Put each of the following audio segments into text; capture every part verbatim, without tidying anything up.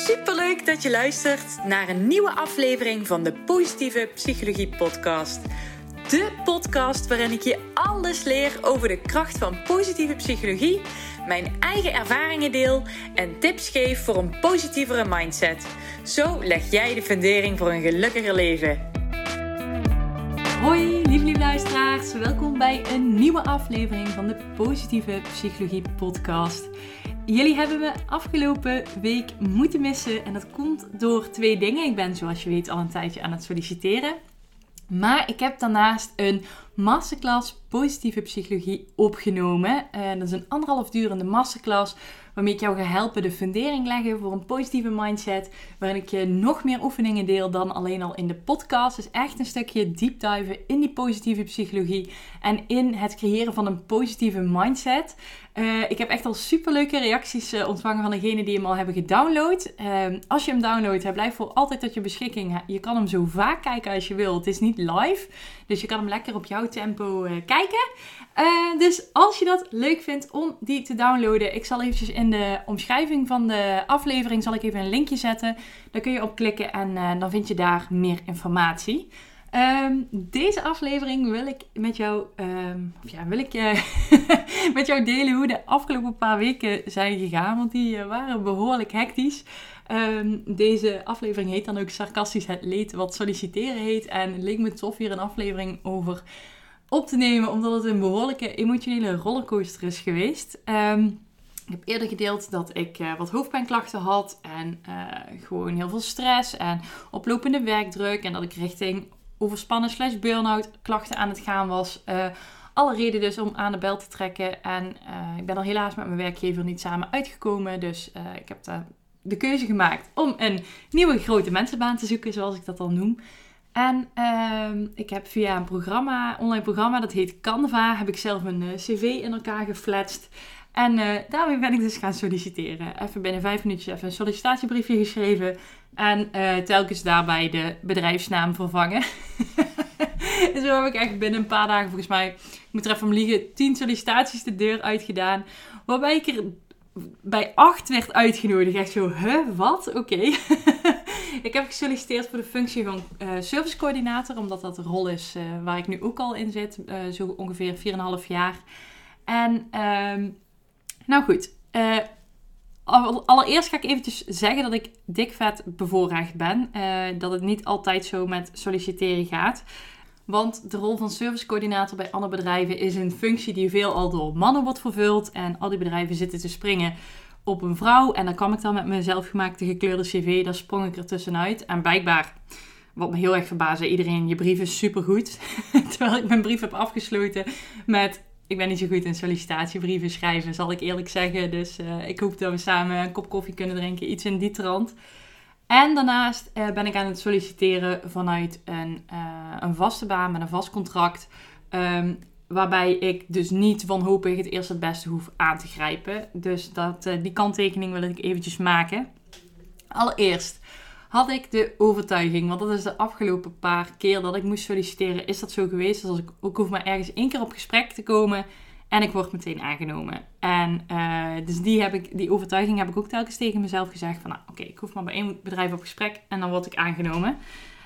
Superleuk dat je luistert naar een nieuwe aflevering van de Positieve Psychologie Podcast. De podcast waarin ik je alles leer over de kracht van positieve psychologie, mijn eigen ervaringen deel en tips geef voor een positievere mindset. Zo leg jij de fundering voor een gelukkiger leven. Hoi lieve, lieve luisteraars, welkom bij een nieuwe aflevering van de Positieve Psychologie Podcast. Jullie hebben me afgelopen week moeten missen en dat komt door twee dingen. Ik ben zoals je weet al een tijdje aan het solliciteren. Maar ik heb daarnaast een masterclass positieve psychologie opgenomen. Uh, dat is een anderhalf durende masterclass waarmee ik jou ga helpen de fundering leggen voor een positieve mindset. Waarin ik je nog meer oefeningen deel dan alleen al in de podcast. Dus echt een stukje deep diven in die positieve psychologie en in het creëren van een positieve mindset. Uh, ik heb echt al superleuke reacties uh, ontvangen van degenen die hem al hebben gedownload. Uh, als je hem downloadt, hij blijft voor altijd tot je beschikking. Je kan hem zo vaak kijken als je wil. Het is niet live, dus je kan hem lekker op jouw tempo uh, kijken. Uh, dus als je dat leuk vindt om die te downloaden, ik zal eventjes in de omschrijving van de aflevering zal ik even een linkje zetten. Daar kun je op klikken en uh, dan vind je daar meer informatie. Um, deze aflevering wil ik met jou, um, of ja, wil ik uh, met jou delen hoe de afgelopen paar weken zijn gegaan, want die uh, waren behoorlijk hectisch. Um, deze aflevering heet dan ook sarcastisch het leed wat solliciteren heet en het leek me tof hier een aflevering over op te nemen, omdat het een behoorlijke emotionele rollercoaster is geweest. Um, Ik heb eerder gedeeld dat ik uh, wat hoofdpijnklachten had en uh, gewoon heel veel stress en oplopende werkdruk en dat ik richting overspannen slash burn-out klachten aan het gaan was. Uh, alle reden dus om aan de bel te trekken en uh, ik ben er helaas met mijn werkgever niet samen uitgekomen. Dus uh, ik heb de, de keuze gemaakt om een nieuwe grote mensenbaan te zoeken, zoals ik dat dan noem. En uh, ik heb via een programma, online programma, dat heet Canva, heb ik zelf een uh, cv in elkaar gefletst. En uh, daarmee ben ik dus gaan solliciteren. Even binnen vijf minuutjes even een sollicitatiebriefje geschreven. En uh, telkens daarbij de bedrijfsnaam vervangen. En zo heb ik echt binnen een paar dagen, volgens mij, ik moet er even om liegen, tien sollicitaties de deur uitgedaan. Waarbij ik er bij acht werd uitgenodigd. Echt zo, huh, wat? Oké. Okay. Ik heb gesolliciteerd voor de functie van uh, servicecoördinator. Omdat dat de rol is uh, waar ik nu ook al in zit. Uh, zo ongeveer vier komma vijf jaar. En... Uh, Nou goed, uh, allereerst ga ik eventjes zeggen dat ik dik vet bevoorrecht ben. Uh, dat het niet altijd zo met solliciteren gaat. Want de rol van servicecoördinator bij andere bedrijven is een functie die veelal door mannen wordt vervuld. En al die bedrijven zitten te springen op een vrouw. En dan kwam ik dan met mijn zelfgemaakte gekleurde cv, daar sprong ik er tussenuit. En blijkbaar, wat me heel erg verbaasde, iedereen, je brief is supergoed. Terwijl ik mijn brief heb afgesloten met... Ik ben niet zo goed in sollicitatiebrieven schrijven, zal ik eerlijk zeggen. Dus uh, ik hoop dat we samen een kop koffie kunnen drinken. Iets in die trant. En daarnaast uh, ben ik aan het solliciteren vanuit een, uh, een vaste baan met een vast contract. Um, waarbij ik dus niet wanhopig het eerste het beste hoef aan te grijpen. Dus dat, uh, die kanttekening wil ik eventjes maken. Allereerst had ik de overtuiging, want dat is de afgelopen paar keer dat ik moest solliciteren, is dat zo geweest. Dus als ik ook hoef maar ergens één keer op gesprek te komen en ik word meteen aangenomen. En uh, dus die, heb ik, die overtuiging heb ik ook telkens tegen mezelf gezegd van, nou oké, okay, ik hoef maar bij één bedrijf op gesprek en dan word ik aangenomen.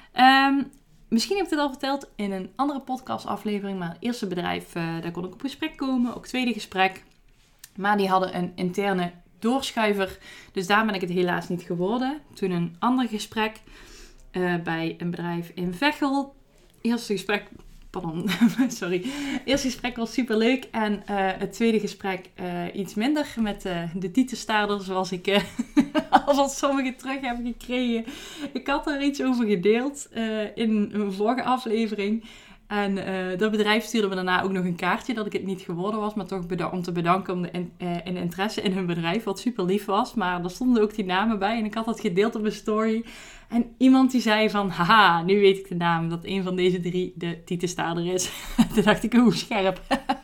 Um, misschien heb ik het al verteld in een andere podcastaflevering, maar het eerste bedrijf, uh, daar kon ik op gesprek komen, ook tweede gesprek. Maar die hadden een interne doorschuiver. Dus daar ben ik het helaas niet geworden. Toen een ander gesprek uh, bij een bedrijf in Veghel. Eerste gesprek, pardon, sorry. Eerste gesprek was super leuk. En uh, het tweede gesprek uh, iets minder met uh, de tietenstaarder zoals ik uh, als al sommige terug heb gekregen. Ik had daar iets over gedeeld uh, in een vorige aflevering. En uh, dat bedrijf stuurde me daarna ook nog een kaartje dat ik het niet geworden was. Maar toch beda- om te bedanken om de in, uh, in interesse in hun bedrijf. Wat super lief was. Maar er stonden ook die namen bij. En ik had dat gedeeld op mijn story. En iemand die zei van, haha, nu weet ik de naam. Dat een van deze drie de tietenstaarder is. Toen dacht ik, oeh, scherp.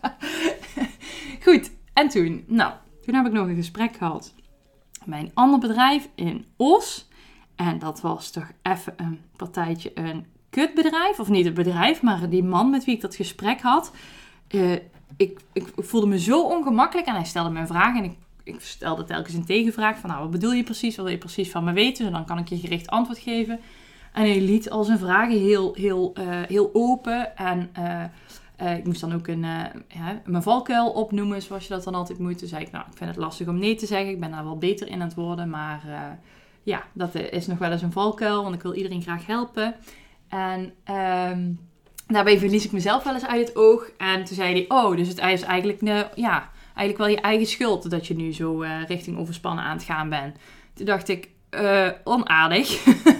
Goed, en toen? Nou, toen heb ik nog een gesprek gehad bij een ander bedrijf in Os. En dat was toch even een partijtje een... kutbedrijf, of niet het bedrijf, maar die man met wie ik dat gesprek had. Uh, ik, ik voelde me zo ongemakkelijk en hij stelde me een vraag en ik, ik stelde telkens een tegenvraag van, nou, wat bedoel je precies? Wat wil je precies van me weten? En dan kan ik je gericht antwoord geven. En hij liet al zijn vragen heel, heel, uh, heel open. En uh, uh, ik moest dan ook een, uh, ja, mijn valkuil opnoemen, zoals je dat dan altijd moet. Toen zei ik, nou, ik vind het lastig om nee te zeggen. Ik ben daar wel beter in aan het worden. Maar uh, ja, dat is nog wel eens een valkuil, want ik wil iedereen graag helpen. En um, daarbij verlies ik mezelf wel eens uit het oog. En toen zei hij, oh, dus het is eigenlijk, uh, ja, eigenlijk wel je eigen schuld dat je nu zo uh, richting overspannen aan het gaan bent. Toen dacht ik, uh, onaardig.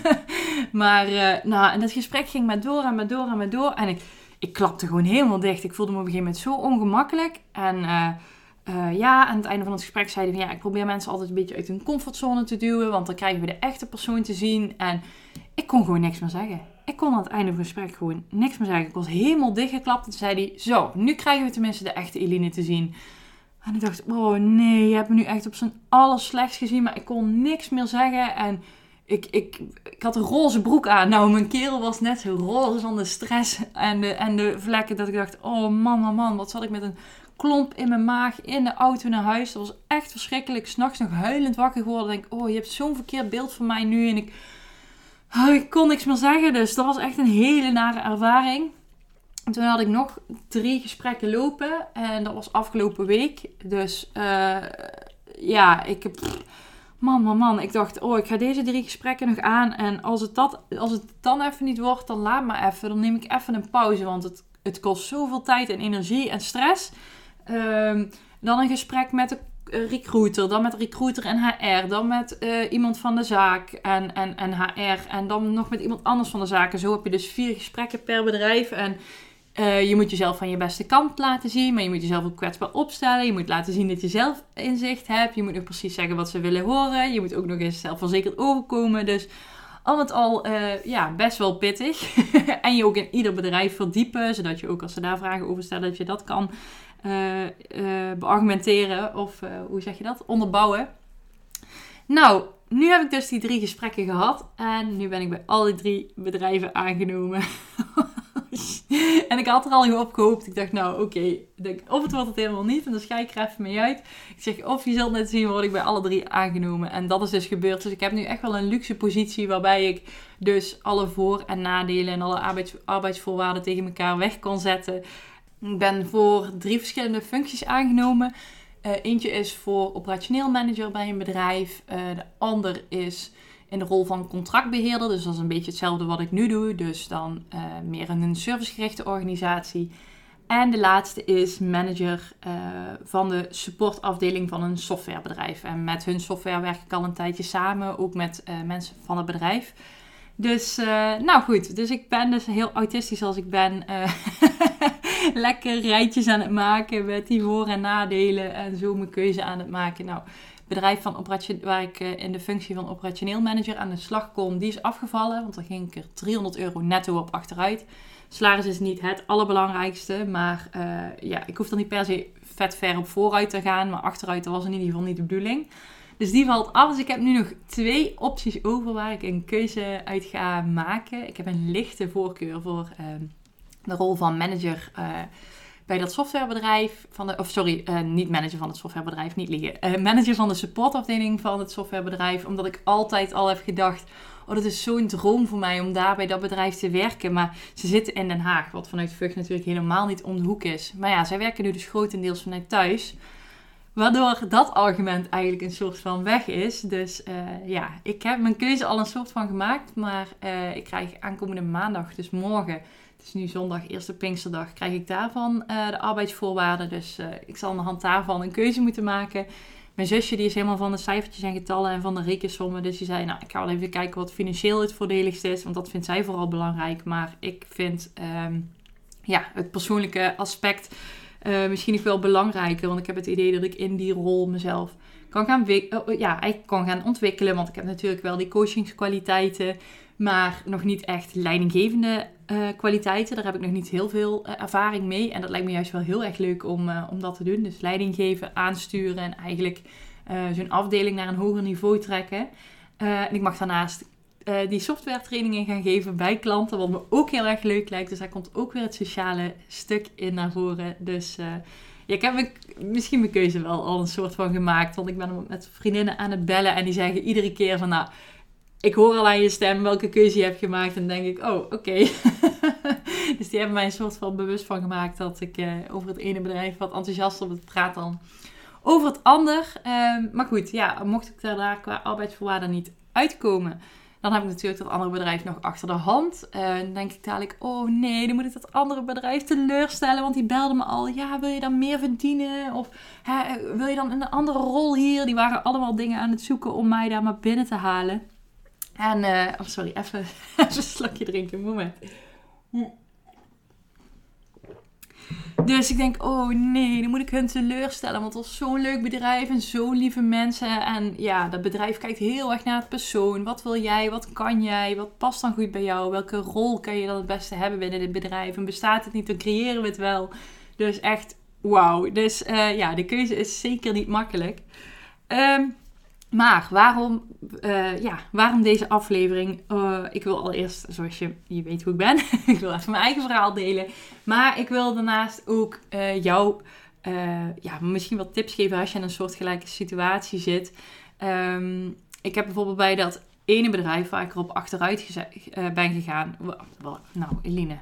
maar uh, nou, en dat gesprek ging maar door en maar door en maar door. En ik, ik klapte gewoon helemaal dicht. Ik voelde me op een gegeven moment zo ongemakkelijk. En uh, uh, ja, aan het einde van het gesprek zei hij van, ja, ik probeer mensen altijd een beetje uit hun comfortzone te duwen. Want dan krijgen we de echte persoon te zien. En ik kon gewoon niks meer zeggen. Ik kon aan het einde van het gesprek gewoon niks meer zeggen. Ik was helemaal dichtgeklapt. En toen zei hij, zo, nu krijgen we tenminste de echte Eline te zien. En ik dacht, oh nee, je hebt me nu echt op zijn allerslechtst gezien. Maar ik kon niks meer zeggen. En ik, ik, ik had een roze broek aan. Nou, mijn kerel was net zo roze van de stress en de, en de vlekken. Dat ik dacht, oh man, man, man. Wat zat ik met een klomp in mijn maag in de auto naar huis. Dat was echt verschrikkelijk. 's Nachts nog huilend wakker geworden. Ik denk, oh, je hebt zo'n verkeerd beeld van mij nu. En ik, oh, ik kon niks meer zeggen. Dus dat was echt een hele nare ervaring. En toen had ik nog drie gesprekken lopen. En dat was afgelopen week. Dus uh, ja, ik heb... Man, man, man. Ik dacht, oh, ik ga deze drie gesprekken nog aan. En als het, dat, als het dan even niet wordt, dan laat maar even. Dan neem ik even een pauze. Want het, het kost zoveel tijd en energie en stress. Um, dan een gesprek met de recruiter. Dan met de recruiter en H R. Dan met uh, iemand van de zaak en, en, en H R. En dan nog met iemand anders van de zaak. En zo heb je dus vier gesprekken per bedrijf. En Uh, je moet jezelf van je beste kant laten zien, maar je moet jezelf ook kwetsbaar opstellen. Je moet laten zien dat je zelf inzicht hebt. Je moet nog precies zeggen wat ze willen horen. Je moet ook nog eens zelfverzekerd overkomen. Dus al met al uh, ja, best wel pittig. En je ook in ieder bedrijf verdiepen, zodat je ook als ze daar vragen over stellen, dat je dat kan uh, uh, beargumenteren of uh, hoe zeg je dat? Onderbouwen. Nou, nu heb ik dus die drie gesprekken gehad en nu ben ik bij alle drie bedrijven aangenomen. En ik had er al op gehoopt. Ik dacht, nou oké, okay, of het wordt het helemaal niet. En dan schij ik er even mee uit. Ik zeg, of je zult net zien, word ik bij alle drie aangenomen. En dat is dus gebeurd. Dus ik heb nu echt wel een luxe positie waarbij ik dus alle voor- en nadelen en alle arbeids- arbeidsvoorwaarden tegen elkaar weg kon zetten. Ik ben voor drie verschillende functies aangenomen. Uh, eentje is voor operationeel manager bij een bedrijf. Uh, de ander is in de rol van contractbeheerder. Dus dat is een beetje hetzelfde wat ik nu doe. Dus dan uh, meer in een servicegerichte organisatie. En de laatste is manager uh, van de supportafdeling van een softwarebedrijf. En met hun software werk ik al een tijdje samen. Ook met uh, mensen van het bedrijf. Dus, uh, nou goed. Dus ik ben dus heel autistisch als ik ben. Uh, lekker rijtjes aan het maken met die voor- en nadelen. En zo mijn keuze aan het maken. Nou, het bedrijf van operation- waar ik uh, in de functie van operationeel manager aan de slag kon, die is afgevallen. Want daar ging ik er driehonderd euro netto op achteruit. Salaris is niet het allerbelangrijkste. Maar uh, ja, ik hoef er niet per se vet ver op vooruit te gaan. Maar achteruit, dat was in ieder geval niet de bedoeling. Dus die valt af. Dus ik heb nu nog twee opties over waar ik een keuze uit ga maken. Ik heb een lichte voorkeur voor uh, de rol van manager uh, bij dat softwarebedrijf. Van de, of sorry, uh, niet manager van het softwarebedrijf, niet liegen. Uh, manager van de supportafdeling van het softwarebedrijf. Omdat ik altijd al heb gedacht, oh, dat is zo'n droom voor mij om daar bij dat bedrijf te werken. Maar ze zitten in Den Haag, wat vanuit Vught natuurlijk helemaal niet om de hoek is. Maar ja, zij werken nu dus grotendeels vanuit thuis. Waardoor dat argument eigenlijk een soort van weg is. Dus uh, ja, ik heb mijn keuze al een soort van gemaakt. Maar uh, ik krijg aankomende maandag, dus morgen, het is nu zondag, eerste Pinksterdag, krijg ik daarvan uh, de arbeidsvoorwaarden. Dus uh, ik zal aan de hand daarvan een keuze moeten maken. Mijn zusje die is helemaal van de cijfertjes en getallen en van de rekensommen. Dus die zei, nou, ik ga wel even kijken wat financieel het voordeligste is. Want dat vindt zij vooral belangrijk. Maar ik vind um, ja, het persoonlijke aspect Uh, misschien nog wel belangrijker, want ik heb het idee dat ik in die rol mezelf kan gaan, we- uh, ja, eigenlijk kan gaan ontwikkelen. Want ik heb natuurlijk wel die coachingskwaliteiten, maar nog niet echt leidinggevende uh, kwaliteiten. Daar heb ik nog niet heel veel uh, ervaring mee. En dat lijkt me juist wel heel erg leuk om, uh, om dat te doen. Dus leiding geven, aansturen en eigenlijk uh, zo'n afdeling naar een hoger niveau trekken. Uh, en ik mag daarnaast Uh, die software trainingen gaan geven bij klanten, wat me ook heel erg leuk lijkt. Dus daar komt ook weer het sociale stuk in naar voren. Dus uh, Ja, ik heb mijn, misschien mijn keuze wel al een soort van gemaakt. Want ik ben met vriendinnen aan het bellen en die zeggen iedere keer van... nou, ik hoor al aan je stem welke keuze je hebt gemaakt. En dan denk ik, oh, oké. Okay. Dus die hebben mij een soort van bewust van gemaakt... dat ik uh, over het ene bedrijf wat enthousiaster op praat dan over het ander. Um, maar goed, ja, mocht ik daar qua arbeidsvoorwaarden niet uitkomen... dan heb ik natuurlijk dat andere bedrijf nog achter de hand. Uh, dan denk ik dadelijk, oh nee, dan moet ik dat andere bedrijf teleurstellen. Want die belde me al, ja, wil je dan meer verdienen? Of hè, wil je dan in een andere rol hier? Die waren allemaal dingen aan het zoeken om mij daar maar binnen te halen. En, uh, oh sorry, even, even een slokje drinken, moment. Dus ik denk, oh nee, dan moet ik hun teleurstellen. Want het was zo'n leuk bedrijf en zo'n lieve mensen. En ja, dat bedrijf kijkt heel erg naar het persoon. Wat wil jij? Wat kan jij? Wat past dan goed bij jou? Welke rol kan je dan het beste hebben binnen dit bedrijf? En bestaat het niet, dan creëren we het wel. Dus echt, wauw. Dus uh, ja, de keuze is zeker niet makkelijk. Um, Maar waarom, uh, ja, waarom deze aflevering? Uh, ik wil allereerst, zoals je, je weet hoe ik ben, ik wil even mijn eigen verhaal delen. Maar ik wil daarnaast ook uh, jou uh, ja, misschien wat tips geven als je in een soortgelijke situatie zit. Um, ik heb bijvoorbeeld bij dat ene bedrijf waar ik erop achteruit geze- uh, ben gegaan. Nou, Eline.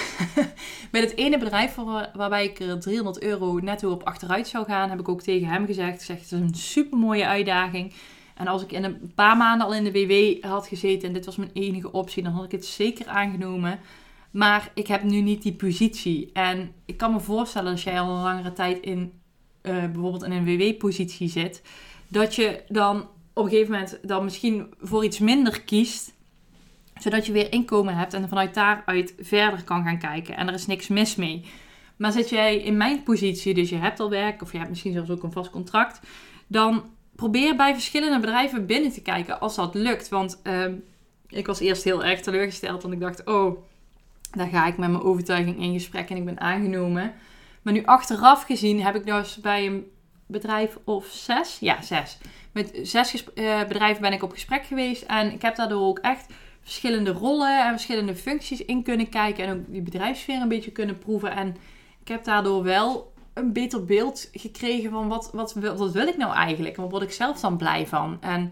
Bij het ene bedrijf waar, waarbij ik er driehonderd euro netto op achteruit zou gaan, heb ik ook tegen hem gezegd. Zeg, het is een super mooie uitdaging. En als ik in een paar maanden al in de W W had gezeten en dit was mijn enige optie, dan had ik het zeker aangenomen. Maar ik heb nu niet die positie. En ik kan me voorstellen als jij al een langere tijd in uh, bijvoorbeeld in een W W-positie zit, dat je dan op een gegeven moment dan misschien voor iets minder kiest, zodat je weer inkomen hebt en vanuit daaruit verder kan gaan kijken. En er is niks mis mee. Maar zit jij in mijn positie, dus je hebt al werk of je hebt misschien zelfs ook een vast contract, dan probeer bij verschillende bedrijven binnen te kijken als dat lukt. Want uh, ik was eerst heel erg teleurgesteld, want ik dacht, oh, daar ga ik met mijn overtuiging in gesprek en ik ben aangenomen. Maar nu achteraf gezien heb ik dus bij een bedrijf of zes, ja zes, met zes gesp- uh, bedrijven ben ik op gesprek geweest en ik heb daardoor ook echt verschillende rollen en verschillende functies in kunnen kijken en ook die bedrijfssfeer een beetje kunnen proeven. En ik heb daardoor wel een beter beeld gekregen van wat, wat, wat wil ik nou eigenlijk en wat word ik zelf dan blij van. En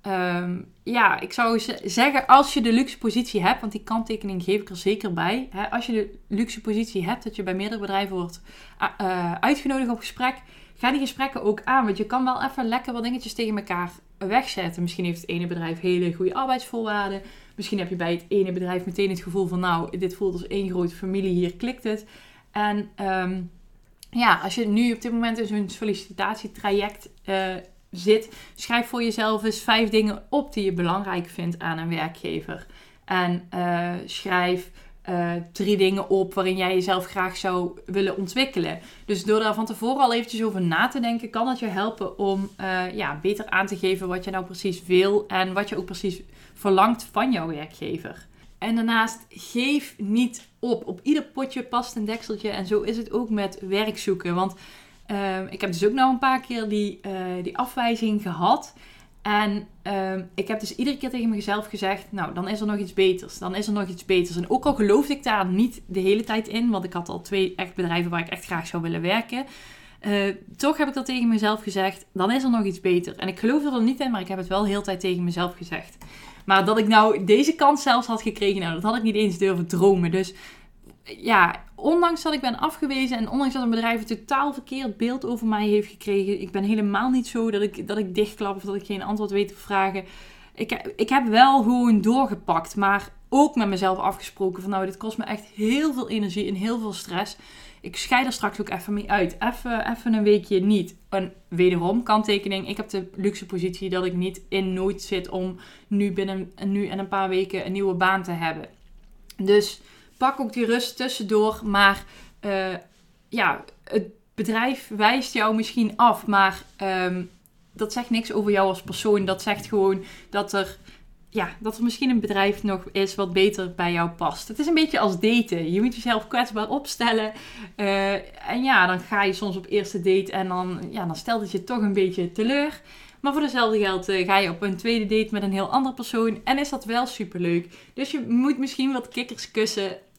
um, ja, ik zou z- zeggen, als je de luxe positie hebt, want die kanttekening geef ik er zeker bij. Hè, als je de luxe positie hebt, dat je bij meerdere bedrijven wordt uh, uitgenodigd op gesprek, ga die gesprekken ook aan. Want je kan wel even lekker wat dingetjes tegen elkaar wegzetten. Misschien heeft het ene bedrijf hele goede arbeidsvoorwaarden. Misschien heb je bij het ene bedrijf meteen het gevoel van, nou, dit voelt als één grote familie, hier klikt het. En um, ja, als je nu op dit moment in zo'n sollicitatietraject uh, zit, schrijf voor jezelf eens vijf dingen op die je belangrijk vindt aan een werkgever. En uh, schrijf uh, drie dingen op waarin jij jezelf graag zou willen ontwikkelen. Dus door daar van tevoren al eventjes over na te denken, kan dat je helpen om uh, ja, beter aan te geven wat je nou precies wil en wat je ook precies verlangt van jouw werkgever. En daarnaast, geef niet op. Op ieder potje past een dekseltje. En zo is het ook met werk zoeken. Want uh, ik heb dus ook nou een paar keer die, uh, die afwijzing gehad. En uh, ik heb dus iedere keer tegen mezelf gezegd, nou, dan is er nog iets beters. Dan is er nog iets beters. En ook al geloofde ik daar niet de hele tijd in. Want ik had al twee echt bedrijven waar ik echt graag zou willen werken. Uh, toch heb ik dat tegen mezelf gezegd, dan is er nog iets beter. En ik geloofde er niet in, maar ik heb het wel heel de tijd tegen mezelf gezegd. Maar dat ik nou deze kans zelfs had gekregen, nou, dat had ik niet eens durven dromen. Dus ja, ondanks dat ik ben afgewezen en ondanks dat een bedrijf een totaal verkeerd beeld over mij heeft gekregen. Ik ben helemaal niet zo dat ik, dat ik dichtklap of dat ik geen antwoord weet te vragen. Ik, ik heb wel gewoon doorgepakt, maar ook met mezelf afgesproken van, nou, dit kost me echt heel veel energie en heel veel stress. Ik scheid er straks ook even mee uit. Even, even een weekje niet. En wederom, kanttekening. Ik heb de luxe positie dat ik niet in nood zit om nu binnen nu en een paar weken een nieuwe baan te hebben. Dus pak ook die rust tussendoor. Maar uh, ja, het bedrijf wijst jou misschien af. Maar um, dat zegt niks over jou als persoon. Dat zegt gewoon dat er... Ja, dat er misschien een bedrijf nog is wat beter bij jou past. Het is een beetje als daten. Je moet jezelf kwetsbaar opstellen. Uh, en ja, dan ga je soms op eerste date en dan, ja, dan stelt het je toch een beetje teleur. Maar voor dezelfde geld uh, ga je op een tweede date met een heel andere persoon. En is dat wel superleuk. Dus je moet misschien wat kikkers kussen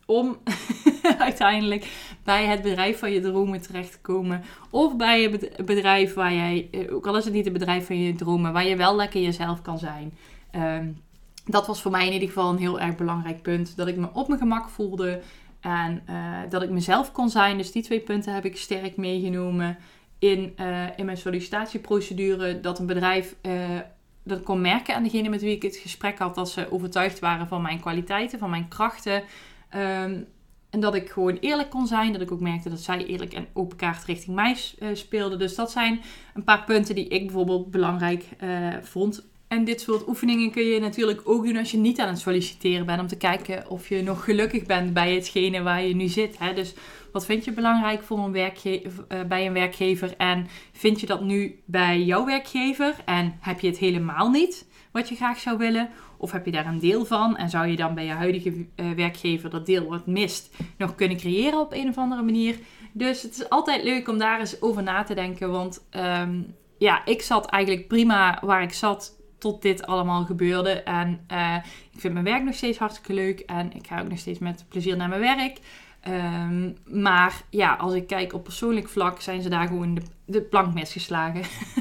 om uiteindelijk bij het bedrijf van je dromen terecht te komen. Of bij het bedrijf waar jij, ook al is het niet het bedrijf van je dromen, waar je wel lekker jezelf kan zijn. Um, dat was voor mij in ieder geval een heel erg belangrijk punt. Dat ik me op mijn gemak voelde en uh, dat ik mezelf kon zijn. Dus die twee punten heb ik sterk meegenomen in, uh, in mijn sollicitatieprocedure. Dat een bedrijf... Uh, dat ik kon merken aan degene met wie ik het gesprek had, dat ze overtuigd waren van mijn kwaliteiten, van mijn krachten. Um, en dat ik gewoon eerlijk kon zijn. Dat ik ook merkte dat zij eerlijk en open kaart richting mij uh, speelden. Dus dat zijn een paar punten die ik bijvoorbeeld belangrijk uh, vond. En dit soort oefeningen kun je natuurlijk ook doen als je niet aan het solliciteren bent. Om te kijken of je nog gelukkig bent bij hetgene waar je nu zit. Hè? Dus wat vind je belangrijk voor een werkgever, uh, bij een werkgever? En vind je dat nu bij jouw werkgever? En heb je het helemaal niet wat je graag zou willen? Of heb je daar een deel van? En zou je dan bij je huidige uh, werkgever dat deel wat mist nog kunnen creëren op een of andere manier? Dus het is altijd leuk om daar eens over na te denken. Want um, ja, ik zat eigenlijk prima waar ik zat tot dit allemaal gebeurde. En uh, ik vind mijn werk nog steeds hartstikke leuk. En ik ga ook nog steeds met plezier naar mijn werk. Um, maar ja, als ik kijk op persoonlijk vlak, zijn ze daar gewoon de, de plank misgeslagen.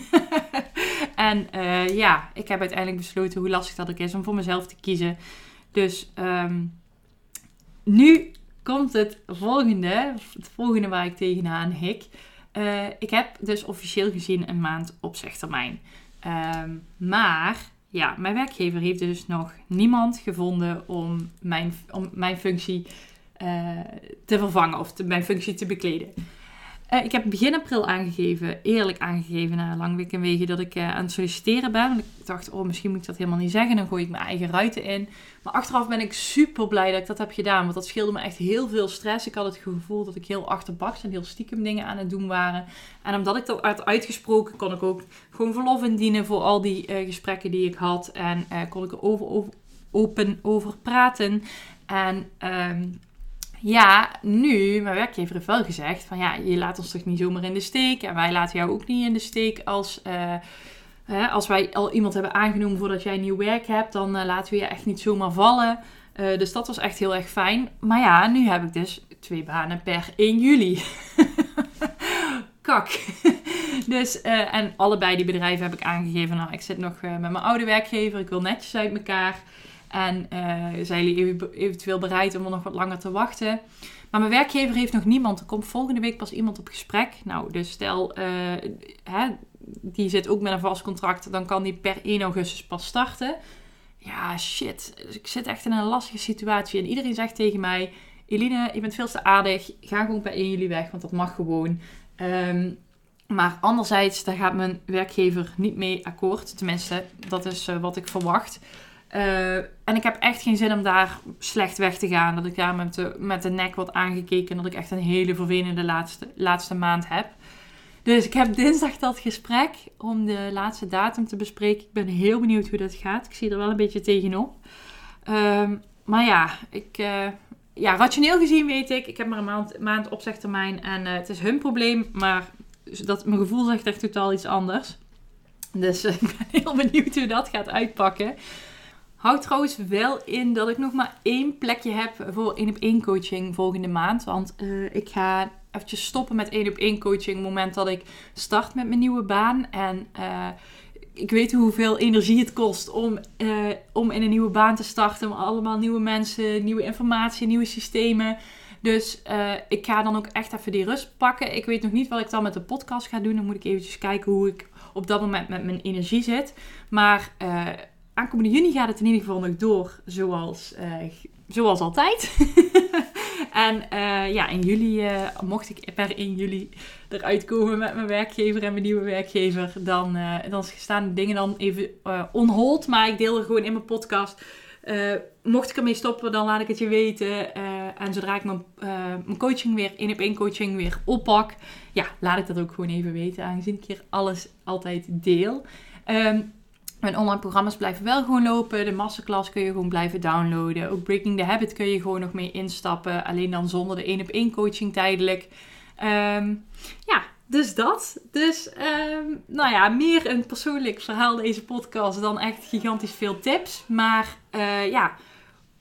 En uh, ja, ik heb uiteindelijk besloten hoe lastig dat ook is om voor mezelf te kiezen. Dus um, nu komt het volgende, het volgende waar ik tegenaan hik. Uh, ik heb dus officieel gezien een maand opzegtermijn. Um, maar ja, mijn werkgever heeft dus nog niemand gevonden om mijn, om mijn functie uh, te vervangen of te, mijn functie te bekleden. Uh, ik heb begin april aangegeven, eerlijk aangegeven na lang week en wegen, dat ik uh, aan het solliciteren ben. Want ik dacht, oh, misschien moet ik dat helemaal niet zeggen. Dan gooi ik mijn eigen ruiten in. Maar achteraf ben ik super blij dat ik dat heb gedaan. Want dat scheelde me echt heel veel stress. Ik had het gevoel dat ik heel achterbaks en heel stiekem dingen aan het doen waren. En omdat ik dat had uitgesproken, kon ik ook gewoon verlof indienen voor al die uh, gesprekken die ik had. En uh, kon ik er over, over, open over praten. En... Um, Ja, nu, mijn werkgever heeft wel gezegd van ja, je laat ons toch niet zomaar in de steek. En wij laten jou ook niet in de steek als, uh, hè, als wij al iemand hebben aangenomen voordat jij nieuw werk hebt. Dan uh, laten we je echt niet zomaar vallen. Uh, dus dat was echt heel erg fijn. Maar ja, nu heb ik dus twee banen per één juli. Kak. Dus, uh, en allebei die bedrijven heb ik aangegeven. Nou, ik zit nog uh, met mijn oude werkgever. Ik wil netjes uit elkaar. En uh, zijn jullie eventueel bereid om er nog wat langer te wachten. Maar mijn werkgever heeft nog niemand. Er komt volgende week pas iemand op gesprek. Nou, dus stel, uh, hè, die zit ook met een vast contract. Dan kan die per één augustus pas starten. Ja, shit. Dus ik zit echt in een lastige situatie. En iedereen zegt tegen mij, Eline, je bent veel te aardig. Ga gewoon per één juli weg, want dat mag gewoon. Um, maar anderzijds, daar gaat mijn werkgever niet mee akkoord. Tenminste, dat is uh, wat ik verwacht. Uh, en ik heb echt geen zin om daar slecht weg te gaan. Dat ik daar met de, met de nek word aangekeken. En dat ik echt een hele vervelende laatste, laatste maand heb. Dus ik heb dinsdag dat gesprek om de laatste datum te bespreken. Ik ben heel benieuwd hoe dat gaat. Ik zie er wel een beetje tegenop. Um, maar ja, ik, uh, ja, rationeel gezien weet ik. Ik heb maar een maand, maand opzegtermijn. En uh, het is hun probleem. Maar dat, mijn gevoel zegt echt totaal iets anders. Dus uh, ik ben heel benieuwd hoe dat gaat uitpakken. Houd trouwens wel in dat ik nog maar één plekje heb voor één op één coaching volgende maand. Want uh, ik ga eventjes stoppen met één op één coaching op het moment dat ik start met mijn nieuwe baan. En uh, ik weet hoeveel energie het kost om, uh, om in een nieuwe baan te starten. Om allemaal nieuwe mensen, nieuwe informatie, nieuwe systemen. Dus uh, ik ga dan ook echt even die rust pakken. Ik weet nog niet wat ik dan met de podcast ga doen. Dan moet ik eventjes kijken hoe ik op dat moment met mijn energie zit. Maar... Uh, Aankomende juni gaat het in ieder geval nog door, zoals, uh, zoals altijd. En uh, ja, in juli, uh, mocht ik per één juli eruit komen met mijn werkgever en mijn nieuwe werkgever, dan, uh, dan staan de dingen dan even uh, on hold. Maar ik deel er gewoon in mijn podcast. Uh, mocht ik ermee stoppen, dan laat ik het je weten. Uh, en zodra ik mijn, uh, mijn coaching weer, één op één coaching weer oppak, ja, laat ik dat ook gewoon even weten. Aangezien ik hier alles altijd deel. Um, Mijn online programma's blijven wel gewoon lopen. De masterclass kun je gewoon blijven downloaden. Ook Breaking the Habit kun je gewoon nog mee instappen. Alleen dan zonder de één op één coaching tijdelijk. Um, ja, dus dat. Dus, um, nou ja, meer een persoonlijk verhaal deze podcast dan echt gigantisch veel tips. Maar uh, ja,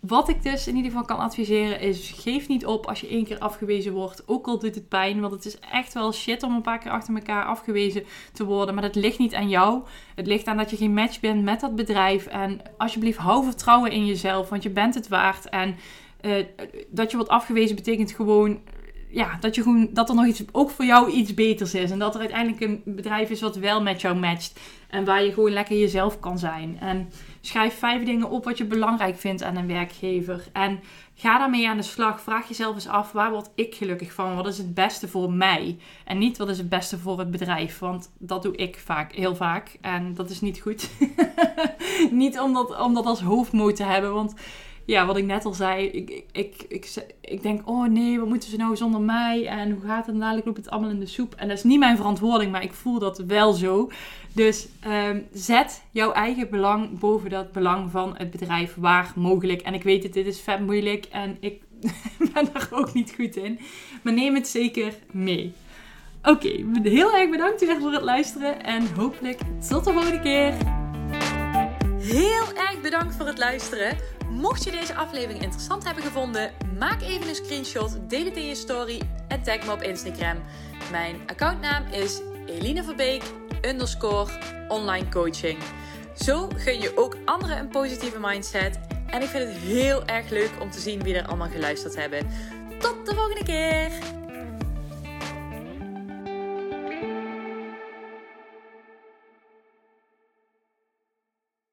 wat ik dus in ieder geval kan adviseren is, geef niet op als je één keer afgewezen wordt. Ook al doet het pijn, want het is echt wel shit om een paar keer achter elkaar afgewezen te worden. Maar dat ligt niet aan jou. Het ligt aan dat je geen match bent met dat bedrijf. En alsjeblieft, hou vertrouwen in jezelf, want je bent het waard. En uh, dat je wordt afgewezen betekent gewoon... Ja, dat, je gewoon, dat er nog iets, ook voor jou iets beters is. En dat er uiteindelijk een bedrijf is wat wel met jou matcht. En waar je gewoon lekker jezelf kan zijn. En schrijf vijf dingen op wat je belangrijk vindt aan een werkgever. En ga daarmee aan de slag. Vraag jezelf eens af, waar word ik gelukkig van? Wat is het beste voor mij? En niet wat is het beste voor het bedrijf. Want dat doe ik vaak, heel vaak. En dat is niet goed. Niet om dat, om dat als hoofdmoot te hebben, want... Ja, wat ik net al zei, ik, ik, ik, ik, ik denk, oh nee, wat moeten ze nou zonder mij? En hoe gaat het? En dadelijk loopt het allemaal in de soep. En dat is niet mijn verantwoording, maar ik voel dat wel zo. Dus um, zet jouw eigen belang boven dat belang van het bedrijf waar mogelijk. En ik weet het, dit is vet moeilijk en ik ben daar ook niet goed in. Maar neem het zeker mee. Oké, okay, heel erg bedankt weer voor het luisteren en hopelijk tot de volgende keer. Heel erg bedankt voor het luisteren. Mocht je deze aflevering interessant hebben gevonden, maak even een screenshot, deel het in je story en tag me op Instagram. Mijn accountnaam is Eline Verbeek underscore online coaching. Zo gun je ook anderen een positieve mindset. En ik vind het heel erg leuk om te zien wie er allemaal geluisterd hebben. Tot de volgende keer!